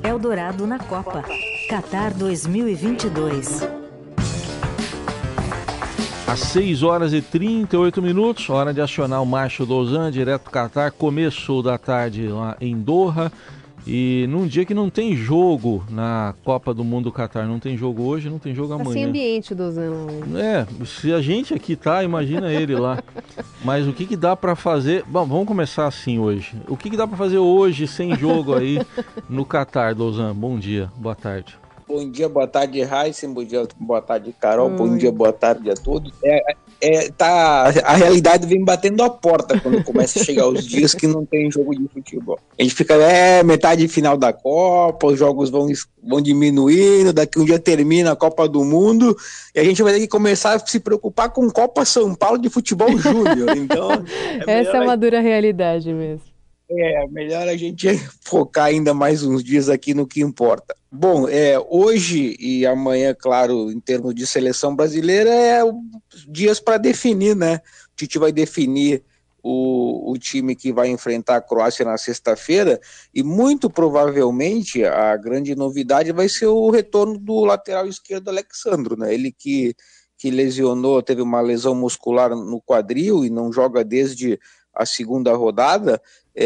Eldorado na Copa. Catar 2022. Às 6h38, hora de acionar o Márcio Dozan, direto do Catar. Começo da tarde lá em Doha. E num dia que não tem jogo na Copa do Mundo do Catar, não tem jogo hoje, não tem jogo amanhã. Sem ambiente, Dozan. Se a gente aqui tá, imagina ele lá. Mas o que dá pra fazer... Bom, vamos começar assim hoje. O que dá pra fazer hoje sem jogo aí no Catar, Dozan? Bom dia, boa tarde. Bom dia, boa tarde, Raíssa. Bom dia, boa tarde, Carol. Bom dia, boa tarde a todos. A realidade vem batendo a porta quando começa a chegar os dias que não tem jogo de futebol. A gente fica, metade final da Copa, os jogos vão diminuindo, daqui um dia termina a Copa do Mundo, e a gente vai ter que começar a se preocupar com Copa São Paulo de Futebol Júnior. Então, essa é uma dura realidade mesmo. Melhor a gente focar ainda mais uns dias aqui no que importa. Bom, hoje e amanhã, claro, em termos de seleção brasileira, dias para definir, né? O Tite vai definir o time que vai enfrentar a Croácia na sexta-feira, e muito provavelmente a grande novidade vai ser o retorno do lateral esquerdo Alexandro, né? Ele que lesionou, teve uma lesão muscular no quadril e não joga desde a segunda rodada.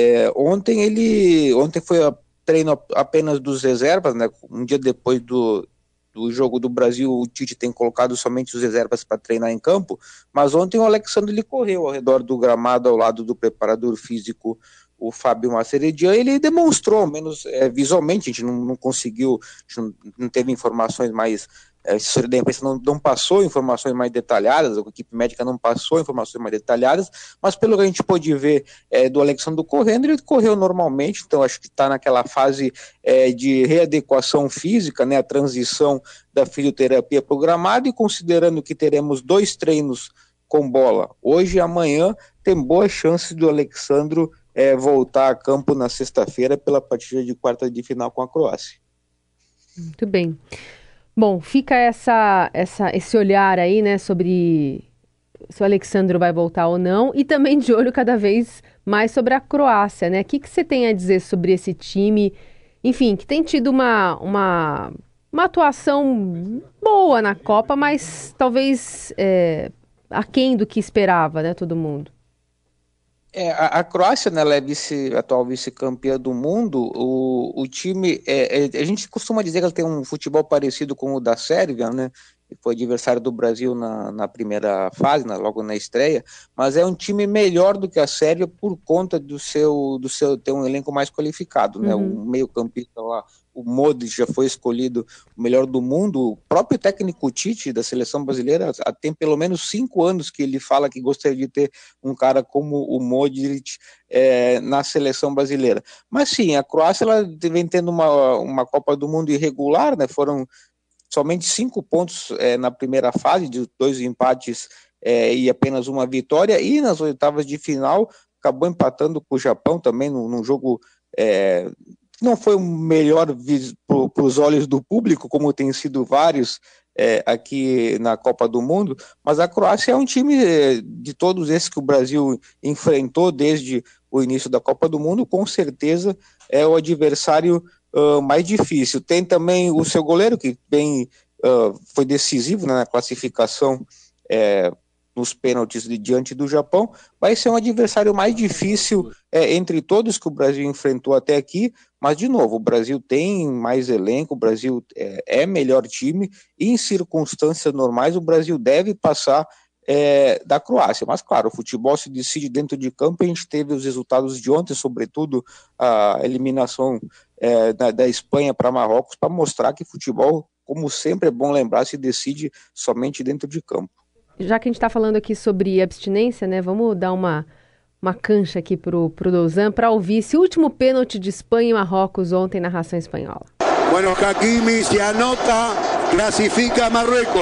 Ontem foi a treino apenas dos reservas, né? Um dia depois do jogo do Brasil, o Tite tem colocado somente os reservas para treinar em campo, mas ontem o Alexandre ele correu ao redor do gramado ao lado do preparador físico, o Fábio Maceredian. Ele demonstrou, ao menos visualmente, a gente não conseguiu, a gente não teve informações mais, a assessoria da imprensa não passou informações mais detalhadas, a equipe médica não passou informações mais detalhadas, mas pelo que a gente pôde ver do Alexandre correndo, ele correu normalmente. Então acho que está naquela fase de readequação física, né, a transição da fisioterapia programada, e considerando que teremos 2 treinos com bola hoje e amanhã, tem boa chance do Alexandre voltar a campo na sexta-feira pela partida de quarta de final com a Croácia. Muito bem. Bom, fica esse olhar aí, né, sobre se o Alexandre vai voltar ou não, e também de olho cada vez mais sobre a Croácia, né? O que você tem a dizer sobre esse time, enfim, que tem tido uma atuação boa na Copa, mas talvez aquém do que esperava, né, todo mundo? A Croácia, né, ela é atual vice-campeã do mundo. O time, a gente costuma dizer que ela tem um futebol parecido com o da Sérvia, né, que foi adversário do Brasil na primeira fase, logo na estreia, mas é um time melhor do que a Sérvia por conta do seu ter um elenco mais qualificado, né, o meio-campista lá, o Modric já foi escolhido o melhor do mundo. O próprio técnico Tite da seleção brasileira tem pelo menos 5 anos que ele fala que gostaria de ter um cara como o Modric na seleção brasileira. Mas sim, a Croácia ela vem tendo uma Copa do Mundo irregular, né? Foram somente 5 pontos na primeira fase, de 2 empates e apenas uma vitória, e nas oitavas de final acabou empatando com o Japão também num jogo não foi o melhor para os olhos do público, como tem sido vários aqui na Copa do Mundo, mas a Croácia é um time de todos esses que o Brasil enfrentou desde o início da Copa do Mundo, com certeza é o adversário mais difícil. Tem também o seu goleiro, que foi decisivo, né, na classificação nos pênaltis diante do Japão. Vai ser um adversário mais difícil entre todos que o Brasil enfrentou até aqui, mas de novo, o Brasil tem mais elenco, o Brasil é melhor time, e em circunstâncias normais o Brasil deve passar da Croácia. Mas claro, o futebol se decide dentro de campo, e a gente teve os resultados de ontem, sobretudo a eliminação da Espanha para Marrocos, para mostrar que futebol, como sempre é bom lembrar, se decide somente dentro de campo. Já que a gente está falando aqui sobre abstinência, né, vamos dar uma cancha aqui pro Dozan para ouvir esse último pênalti de Espanha e Marrocos ontem, narração espanhola. Bueno, Hakimi se anota, clasifica Marruecos.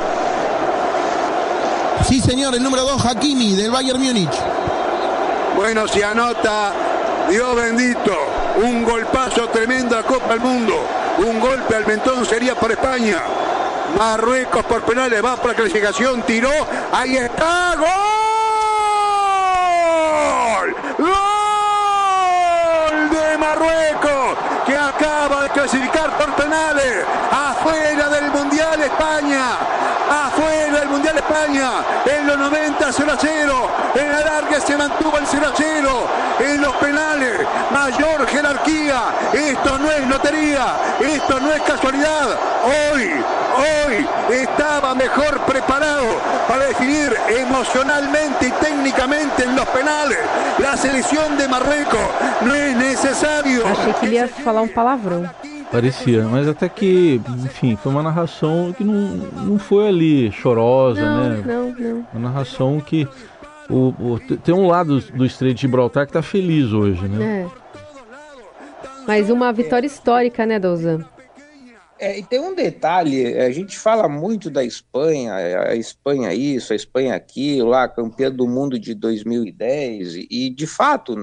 Sí, señor, el número 2, Hakimi, del Bayern Múnich. Bueno, se anota, Dios bendito, un golpazo tremendo a Copa del Mundo, un golpe al mentón sería para España. Marruecos por penales va para clasificación, tiró, ahí está, ¡gol! ¡Gol de Marruecos! Que acaba acaba de clasificar por penales. Afuera del Mundial España. Afuera del Mundial España. En los 90 0-0. En la larga se mantuvo el 0-0. En los penales, mayor jerarquía. Esto no es lotería. Esto no es casualidad. Hoy estaba mejor preparado para definir emocionalmente y técnicamente en los penales la selección de Marruecos. No es necesario. Achei que ele ia falar um palavrão. Parecia, mas até que, enfim, foi uma narração que não foi ali chorosa, né? Não. Uma narração que tem um lado do Estreito de Gibraltar que tá feliz hoje, né? Mas uma vitória histórica, né, Douzan? E tem um detalhe, a gente fala muito da Espanha, a Espanha isso, a Espanha aquilo, lá, campeã do mundo de 2010, e de fato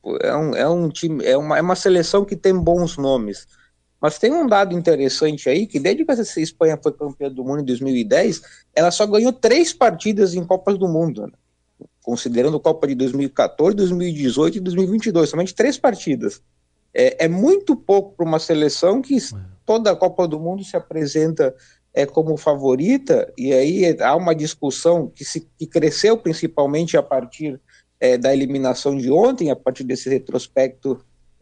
é um time, é uma seleção que tem bons nomes. Mas tem um dado interessante aí, que desde que essa Espanha foi campeã do mundo em 2010, ela só ganhou 3 partidas em Copas do Mundo, né? Considerando a Copa de 2014, 2018 e 2022, somente 3 partidas. É muito pouco para uma seleção que toda a Copa do Mundo se apresenta como favorita, e aí há uma discussão que cresceu principalmente a partir da eliminação de ontem, a partir desse retrospecto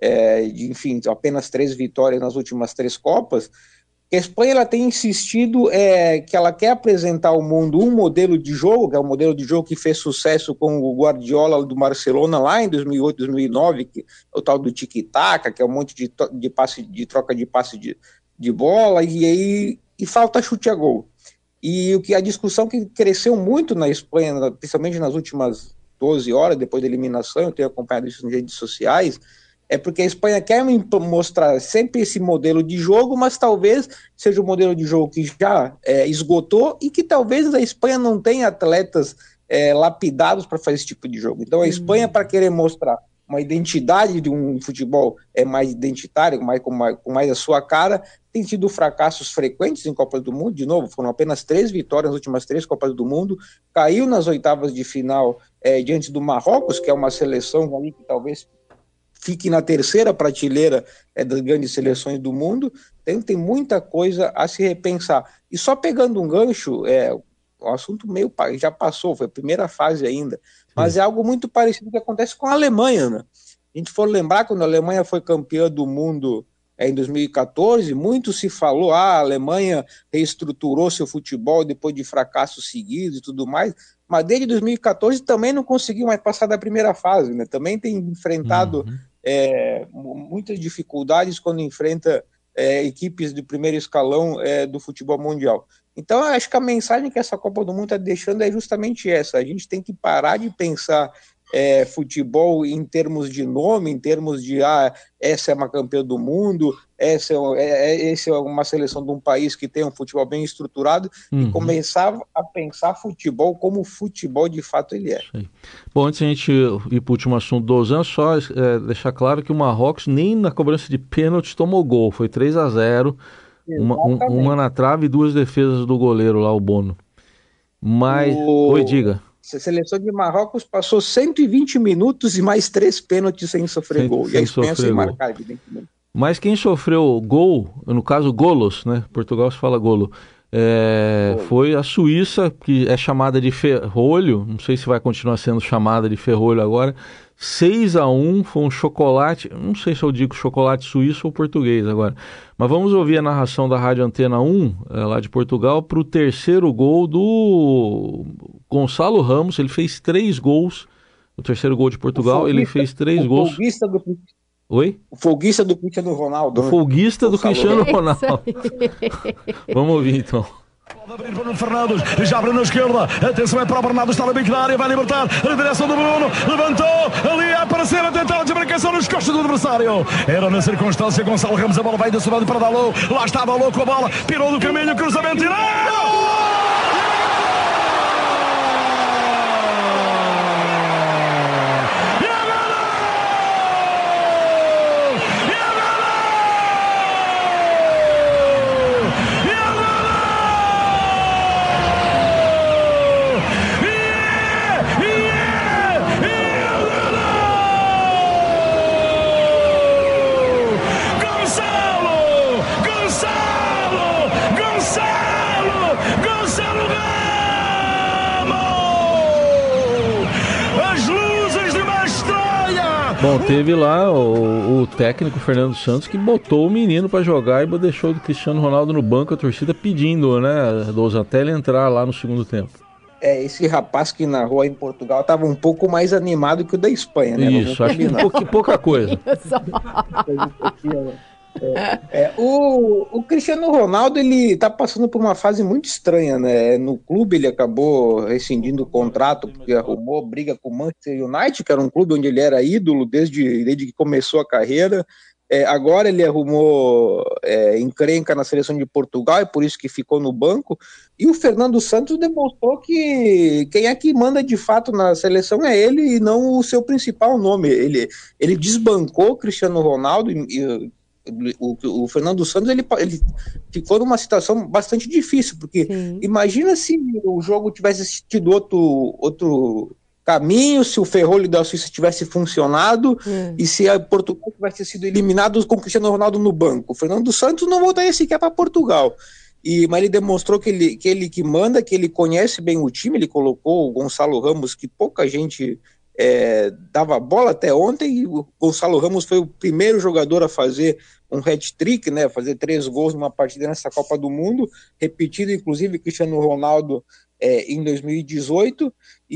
de, enfim, apenas 3 vitórias nas últimas 3 Copas. A Espanha ela tem insistido que ela quer apresentar ao mundo um modelo de jogo, que é um modelo de jogo que fez sucesso com o Guardiola do Barcelona lá em 2008, 2009, que é o tal do tic-tac, que é um monte de troca de passe de bola, e falta chute a gol. E a discussão que cresceu muito na Espanha, principalmente nas últimas 12 horas, depois da eliminação, eu tenho acompanhado isso nas redes sociais, é porque a Espanha quer mostrar sempre esse modelo de jogo, mas talvez seja um modelo de jogo que já esgotou e que talvez a Espanha não tenha atletas lapidados para fazer esse tipo de jogo. Então a Espanha, para querer mostrar uma identidade de um futebol mais identitário, com mais a sua cara, tem tido fracassos frequentes em Copas do Mundo. De novo, foram apenas 3 vitórias nas últimas 3 Copas do Mundo, caiu nas oitavas de final diante do Marrocos, que é uma seleção ali que talvez fique na terceira prateleira das grandes seleções do mundo. Tem muita coisa a se repensar. E só pegando um gancho, o assunto meio já passou, foi a primeira fase ainda, mas é algo muito parecido que acontece com a Alemanha, né? A gente for lembrar, quando a Alemanha foi campeã do mundo em 2014, muito se falou, a Alemanha reestruturou seu futebol depois de fracassos seguidos e tudo mais, mas desde 2014 também não conseguiu mais passar da primeira fase, né? Também tem enfrentado muitas dificuldades quando enfrenta equipes de primeiro escalão do futebol mundial. Então, eu acho que a mensagem que essa Copa do Mundo está deixando é justamente essa. A gente tem que parar de pensar futebol em termos de nome, em termos de essa é uma campeã do mundo, essa é uma seleção de um país que tem um futebol bem estruturado, e começar a pensar futebol como futebol de fato ele é. Bom, antes de a gente ir para o último assunto do Ozan, só deixar claro que o Marrocos nem na cobrança de pênalti tomou gol, foi 3-0, uma na trave e 2 defesas do goleiro lá, o Bono. Mas, oi, diga. A seleção de Marrocos passou 120 minutos e mais 3 pênaltis sem sofrer gol. E a Espanha sem marcar, evidentemente. Mas quem sofreu gol, no caso golos, né? Portugal se fala golo, foi a Suíça, que é chamada de ferrolho, não sei se vai continuar sendo chamada de ferrolho agora, 6-1, foi um chocolate, não sei se eu digo chocolate suíço ou português agora, mas vamos ouvir a narração da Rádio Antena 1, lá de Portugal, para o terceiro gol do Gonçalo Ramos. Ele fez 3 gols, o terceiro gol de Portugal, ele fez 3 gols. Oi? O folguista do Cristiano Ronaldo. O folguista do Cristiano Ronaldo. Vamos ouvir então. Pode abrir Bruno Fernandes, já abre na esquerda, atenção, é para o Bernardo, está no bico da área, vai libertar, a direção do Bruno, levantou, ali a aparecer, a tentar a desmarcação nos costas do adversário, era na circunstância, Gonçalo Ramos, a bola vai da subida para Dalot, lá está Dalot com a bola, pirou do caminho, cruzamento, Bom, teve lá o técnico Fernando Santos que botou o menino para jogar e deixou o Cristiano Ronaldo no banco, a torcida pedindo, né, Dousa, até ele entrar lá no segundo tempo. Esse rapaz que narrou em Portugal estava um pouco mais animado que o da Espanha, né? Isso, acho que pouca coisa. O Cristiano Ronaldo, ele tá passando por uma fase muito estranha, né? No clube ele acabou rescindindo o contrato porque arrumou briga com o Manchester United, que era um clube onde ele era ídolo desde que começou a carreira. Agora ele arrumou encrenca na seleção de Portugal, é por isso que ficou no banco. E o Fernando Santos demonstrou que quem é que manda de fato na seleção é ele e não o seu principal nome. Ele desbancou o Cristiano Ronaldo e o Fernando Santos ele ficou numa situação bastante difícil, porque imagina se o jogo tivesse tido outro caminho, se o Ferrolho da Suíça tivesse funcionado e se a Portugal tivesse sido eliminado com o Cristiano Ronaldo no banco. O Fernando Santos não voltaria sequer para Portugal. Mas ele demonstrou que ele que manda, que ele conhece bem o time. Ele colocou o Gonçalo Ramos, que pouca gente dava bola até ontem, e o Gonçalo Ramos foi o primeiro jogador a fazer um hat-trick, né, fazer 3 gols numa partida nessa Copa do Mundo, repetido inclusive Cristiano Ronaldo em 2018,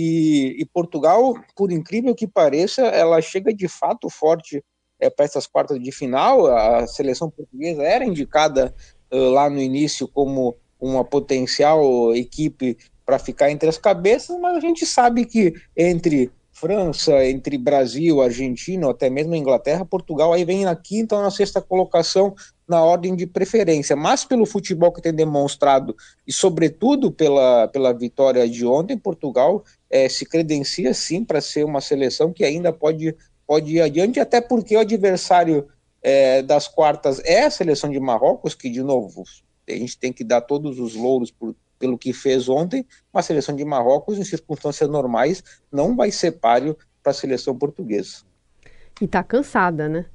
e Portugal, por incrível que pareça, ela chega de fato forte para essas quartas de final. A seleção portuguesa era indicada lá no início como uma potencial equipe para ficar entre as cabeças, mas a gente sabe que entre França, entre Brasil, Argentina, ou até mesmo Inglaterra, Portugal aí vem na quinta ou na sexta colocação na ordem de preferência, mas pelo futebol que tem demonstrado e sobretudo pela vitória de ontem, Portugal se credencia sim para ser uma seleção que ainda pode ir adiante, até porque o adversário das quartas é a seleção de Marrocos, que de novo a gente tem que dar todos os louros pelo que fez ontem. Uma seleção de Marrocos, em circunstâncias normais, não vai ser páreo para a seleção portuguesa. E tá cansada, né?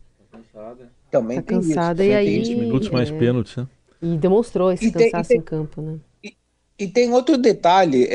Também tá tem cansada isso. E aí, 20 minutos mais pênaltis, né? E demonstrou esse cansaço em campo, né? E tem outro detalhe,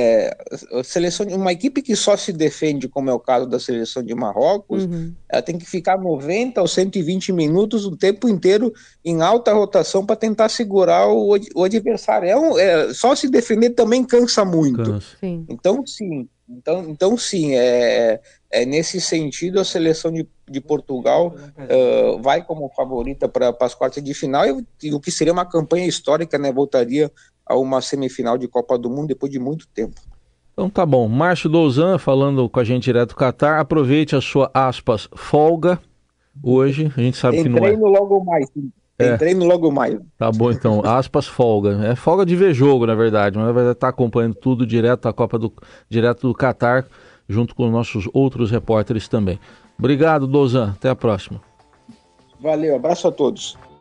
uma equipe que só se defende, como é o caso da seleção de Marrocos, ela tem que ficar 90 ou 120 minutos o tempo inteiro em alta rotação para tentar segurar o adversário. Só se defender também cansa muito. Sim. Então, sim, nesse sentido, a seleção de Portugal vai como favorita para as quartas de final, e o que seria uma campanha histórica, né? Voltaria a uma semifinal de Copa do Mundo depois de muito tempo. Então tá bom. Márcio Douzan falando com a gente direto do Catar. Aproveite a sua, aspas, folga hoje. A gente sabe que não é. Entrei no logo mais. Tá bom, então. Aspas, folga. É folga de ver jogo, na verdade. Mas vai estar acompanhando tudo direto da direto do Catar, junto com os nossos outros repórteres também. Obrigado, Douzan. Até a próxima. Valeu. Abraço a todos.